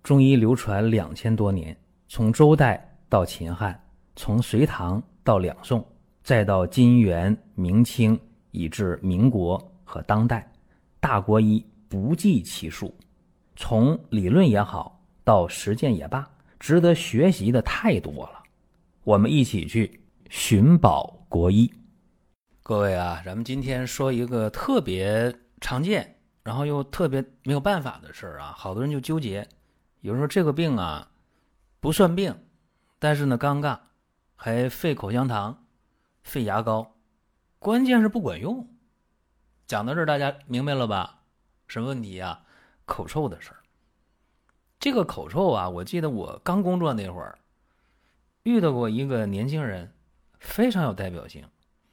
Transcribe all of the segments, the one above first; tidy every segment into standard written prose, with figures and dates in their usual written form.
中医流传2000多年，从周代到秦汉，从隋唐到两宋，再到金元明清，以至民国和当代，大国医不计其数。从理论也好，到实践也罢，值得学习的太多了。我们一起去寻宝国医。各位啊，咱们今天说一个特别常见，然后又特别没有办法的事儿啊，好多人就纠结。有人说这个病啊不算病，但是呢尴尬，还费口香糖，费牙膏，关键是不管用。讲到这儿大家明白了吧？什么问题啊？口臭的事儿。这个口臭啊，我记得我刚工作那会儿遇到过一个年轻人，非常有代表性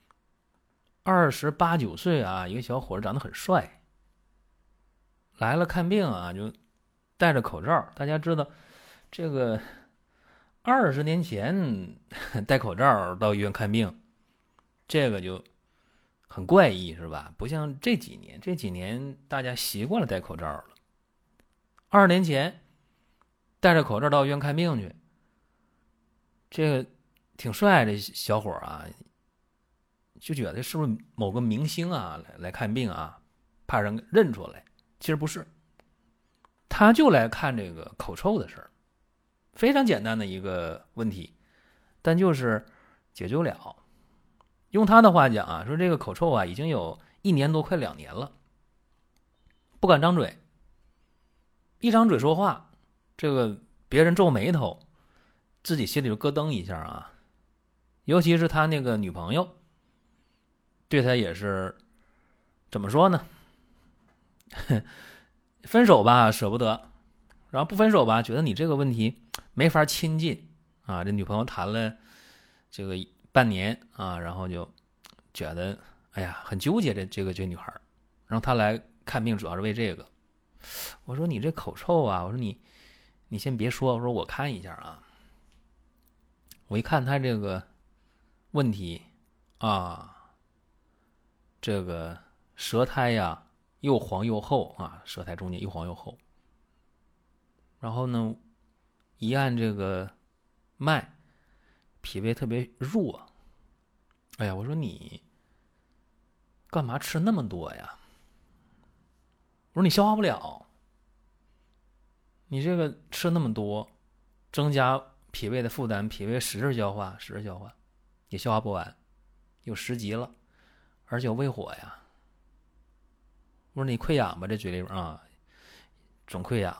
，28、29岁啊，一个小伙子，长得很帅，来了看病啊，就戴着口罩。大家知道这个20年前戴口罩到医院看病，这个就很怪异，是吧？不像这几年大家习惯了戴口罩了。20年前戴着口罩到医院看病去，这个挺帅，这小伙啊，就觉得是不是某个明星啊来看病啊，怕人认出来。其实不是，他就来看这个口臭的事儿，非常简单的一个问题，但就是解决不了。用他的话讲啊，说这个口臭啊已经有1年多快2年了，不敢张嘴，一张嘴说话，这个别人皱眉头，自己心里就咯噔一下啊。尤其是他那个女朋友对他也是怎么说呢，分手吧舍不得，然后不分手吧觉得你这个问题没法亲近啊。这女朋友谈了这个半年啊，然后就觉得哎呀很纠结这女孩，然后他来看病主要是为这个。我说你这口臭啊，我说你先别说，我说我看一下啊。我一看他这个问题啊，这个舌苔呀又黄又厚啊，舌苔中间又黄又厚。然后呢，一按这个脉，脾胃特别弱。哎呀，我说你干嘛吃那么多呀？我说你消化不了，你这个吃那么多，增加脾胃的负担，脾胃使劲消化，也消化不完，有10级了，而且有胃火呀。我说你溃疡吧，这嘴里边啊，总溃疡。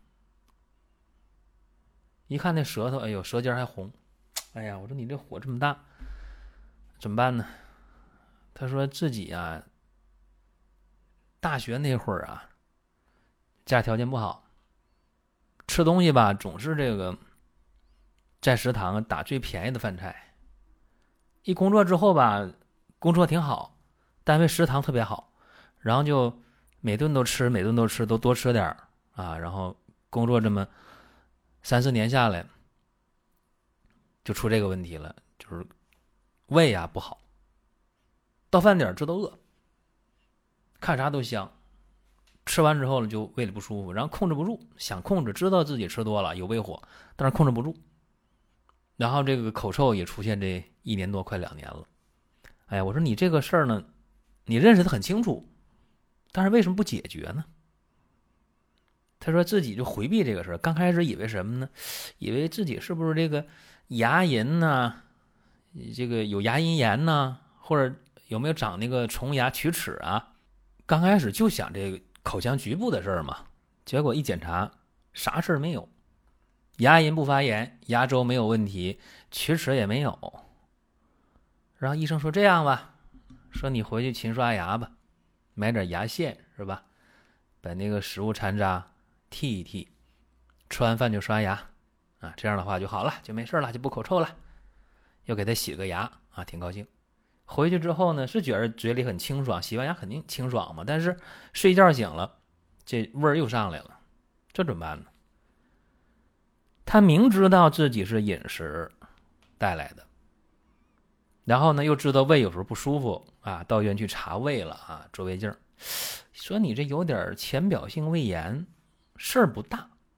一看那舌头，哎呦，舌尖还红。哎呀，我说你这火这么大，怎么办呢？他说自己啊，大学那会儿啊，家条件不好，吃东西吧总是这个在食堂打最便宜的饭菜。一工作之后吧，工作挺好，单位食堂特别好，然后就每顿都吃，都多吃点啊。然后工作这么3、4年下来，就出这个问题了，就是胃啊不好，到饭点知道饿，看啥都香，吃完之后了就胃里不舒服，然后控制不住，想控制，知道自己吃多了有胃火，但是控制不住，然后这个口臭也出现这1年多快2年了。哎呀，我说你这个事儿呢，你认识的很清楚，但是为什么不解决呢？他说自己就回避这个事儿，刚开始以为什么呢？以为自己是不是这个牙龈呐，这个有牙龈炎呐，或者有没有长那个虫牙龋齿啊？刚开始就想这个口腔局部的事儿嘛，结果一检查啥事儿没有，牙龈不发炎，牙周没有问题，龋齿也没有。然后医生说这样吧，说你回去勤刷牙吧，买点牙线是吧，把那个食物残渣剔一剔，吃完饭就刷牙啊，这样的话就好了，就没事了，就不口臭了。又给他洗个牙啊，挺高兴。回去之后呢，是觉得嘴里很清爽，洗完牙肯定清爽嘛，但是睡觉醒了，这味儿又上来了，这怎么办呢？他明知道自己是饮食带来的，然后呢又知道胃有时候不舒服啊，到医院去查胃了啊，做胃镜，说你这有点浅表性胃炎，事儿不大，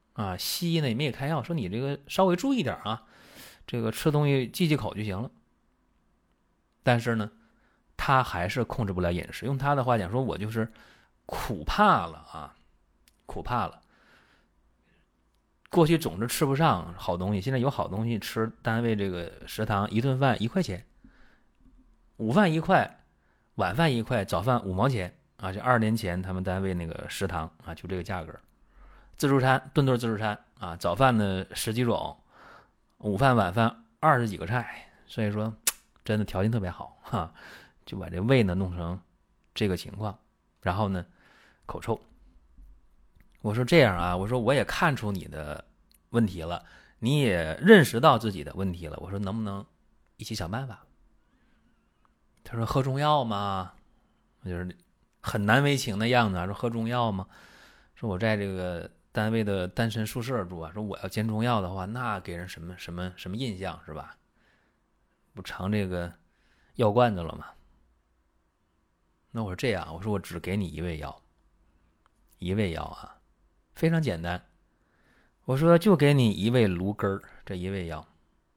啊，西医呢也没给开药，说你这个稍微注意点啊，这个吃东西忌口就行了。但是呢，他还是控制不了饮食。用他的话讲说，我就是苦怕了啊，苦怕了。过去总是吃不上好东西，现在有好东西吃，单位这个食堂一顿饭1块钱，午饭1块，晚饭1块，早饭5毛钱啊！这2年前他们单位那个食堂啊，就这个价格。自助餐顿顿自助餐啊，早饭呢10几种，午饭晚饭20几个菜，所以说真的条件特别好哈，就把这胃呢弄成这个情况，然后呢口臭。我说这样啊，我说我也看出你的问题了，你也认识到自己的问题了，我说能不能一起想办法？他说喝中药吗？我就是很难为情的样子啊，说喝中药吗？说我在这个单位的单身宿舍住啊，说我要煎中药的话，那给人什么印象是吧？不尝这个药罐子了吗？那我说这样，我说我只给你一味药啊，非常简单。我说就给你一味芦根这一味药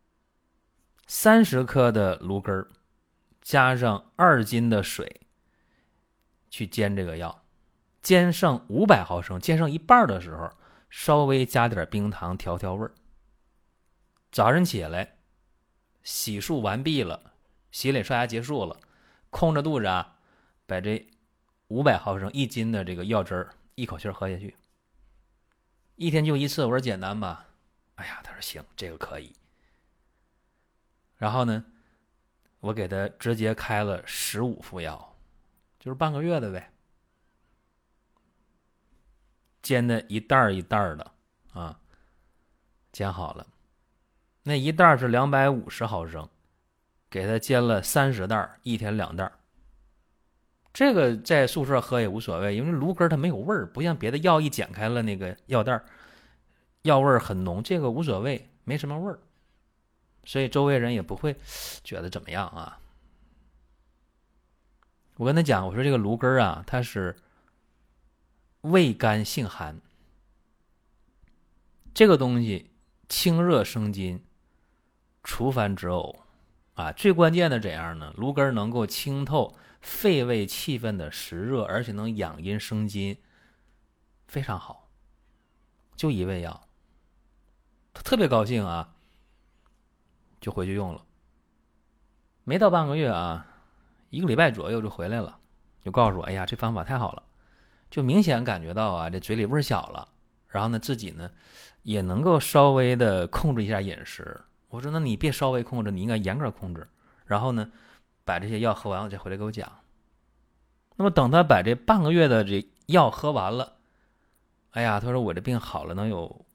，30克的芦根加上2斤的水去煎这个药，煎剩500毫升，煎剩一半的时候，稍微加点冰糖调味儿。早上起来洗漱完毕了，洗脸刷牙结束了，空着肚子啊，把这500毫升1斤的这个药汁一口气喝下去。1天就1次，我说简单吧？哎呀，他说行，这个可以。然后呢，我给他直接开了15副药，就是半个月的呗，煎的一袋一袋的啊，煎好了。那一袋是250毫升，给他煎了30袋，1天2袋。这个在宿舍喝也无所谓，因为芦根它没有味儿，不像别的药一剪开了那个药袋，药味很浓，这个无所谓，没什么味儿，所以周围人也不会觉得怎么样啊。我跟他讲，我说这个芦根啊，它是味甘性寒，这个东西清热生津，除烦止呕啊。最关键的怎样呢？芦根能够清透肺胃气分的实热，而且能养阴生津，非常好。就一味药，他特别高兴啊，就回去用了。没到半个月啊，1个礼拜左右就回来了，就告诉我，哎呀，这方法太好了，就明显感觉到啊，这嘴里味小了，然后呢，自己呢也能够稍微的控制一下饮食。我说，那你别稍微控制，你应该严格控制。然后呢，把这些药喝完了再回来给我讲。那么等他把这半个月的这药喝完了，哎呀，他说我这病好了能有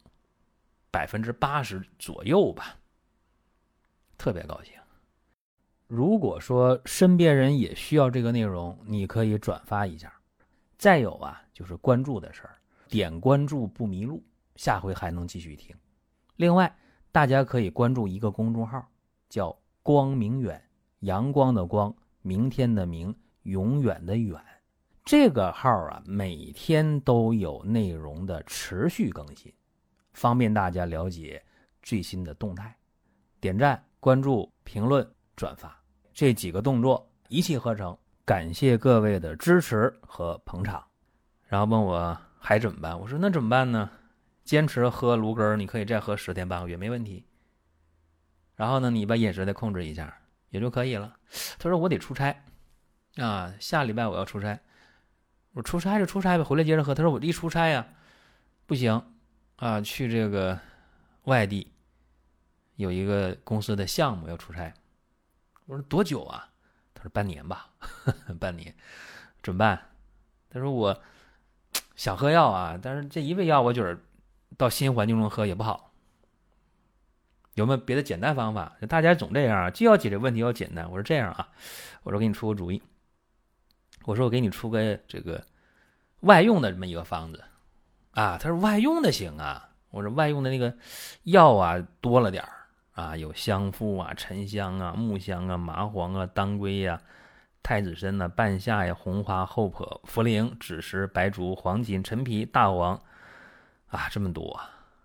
80%左右吧，特别高兴。如果说身边人也需要这个内容，你可以转发一下。再有啊，就是关注的事儿，点关注不迷路，下回还能继续听。另外，大家可以关注一个公众号，叫光明远，阳光的光，明天的明，永远的远。这个号啊，每天都有内容的持续更新，方便大家了解最新的动态。点赞、关注、评论、转发这几个动作一气呵成，感谢各位的支持和捧场。然后问我还怎么办？我说那怎么办呢？坚持喝芦根，你可以再喝10天半个月没问题。然后呢，你把饮食再控制一下也就可以了。他说我得出差啊，下礼拜我要出差。我出差就出差呗，回来接着喝。他说我一出差呀，不行啊，去这个外地有一个公司的项目要出差。我说多久啊？他说半年吧，半年，怎么办？他说我想喝药啊，但是这一味药我觉得到新环境中喝也不好，有没有别的简单方法？大家总这样，就要解决问题要简单。我说这样啊，我说给你出个主意，我说我给你出个这个外用的这么一个方子啊。他说外用的行啊，我说外用的那个药啊多了点啊，有香附啊、沉香啊、木香啊、麻黄啊、当归呀、太子参啊、半夏呀、红花、厚朴、茯苓、枳实、白术、黄芩、陈皮、大黄啊，这么多。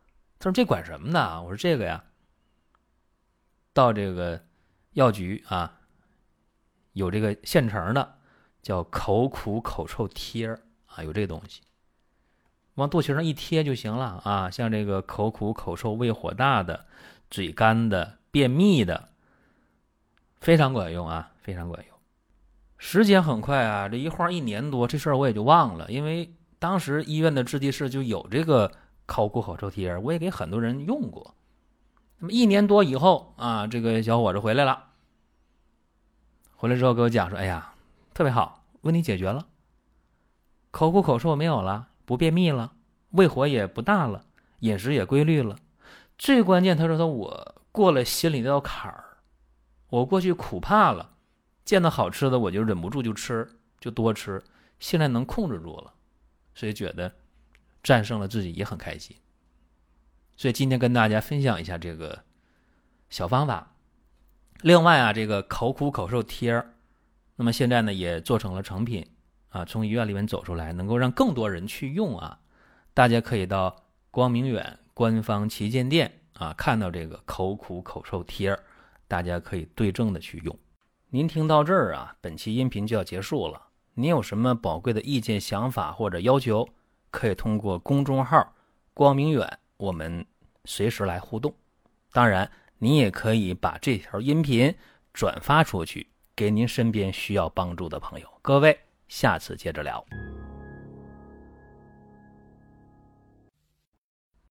他说这管什么呢？我说这个呀，到这个药局啊，有这个现成的叫口苦口臭贴啊，有这个东西，往肚脐上一贴就行了啊。像这个口苦口臭、胃火大的、嘴干的、便秘的，非常管用啊，非常管用。时间很快啊，这一晃1年多，这事儿我也就忘了，因为当时医院的质地室就有这个口苦口臭贴，我也给很多人用过。那么1年多以后啊，这个小伙子回来了，回来之后给我讲说，哎呀，特别好，问题解决了，口苦口臭没有了，不便秘了，胃火也不大了，饮食也规律了。最关键，他说我过了心里那道坎儿，我过去苦怕了，见到好吃的我就忍不住就吃，就多吃，现在能控制住了，所以觉得战胜了自己也很开心。所以今天跟大家分享一下这个小方法。另外啊，这个口苦口臭贴，那么现在呢也做成了成品啊，从医院里面走出来，能够让更多人去用啊。大家可以到光明远官方旗舰店啊，看到这个口苦口臭贴，大家可以对症的去用。您听到这儿啊，本期音频就要结束了。您有什么宝贵的意见、想法或者要求，可以通过公众号光明远，我们随时来互动。当然，您也可以把这条音频转发出去，给您身边需要帮助的朋友。各位，下次接着聊。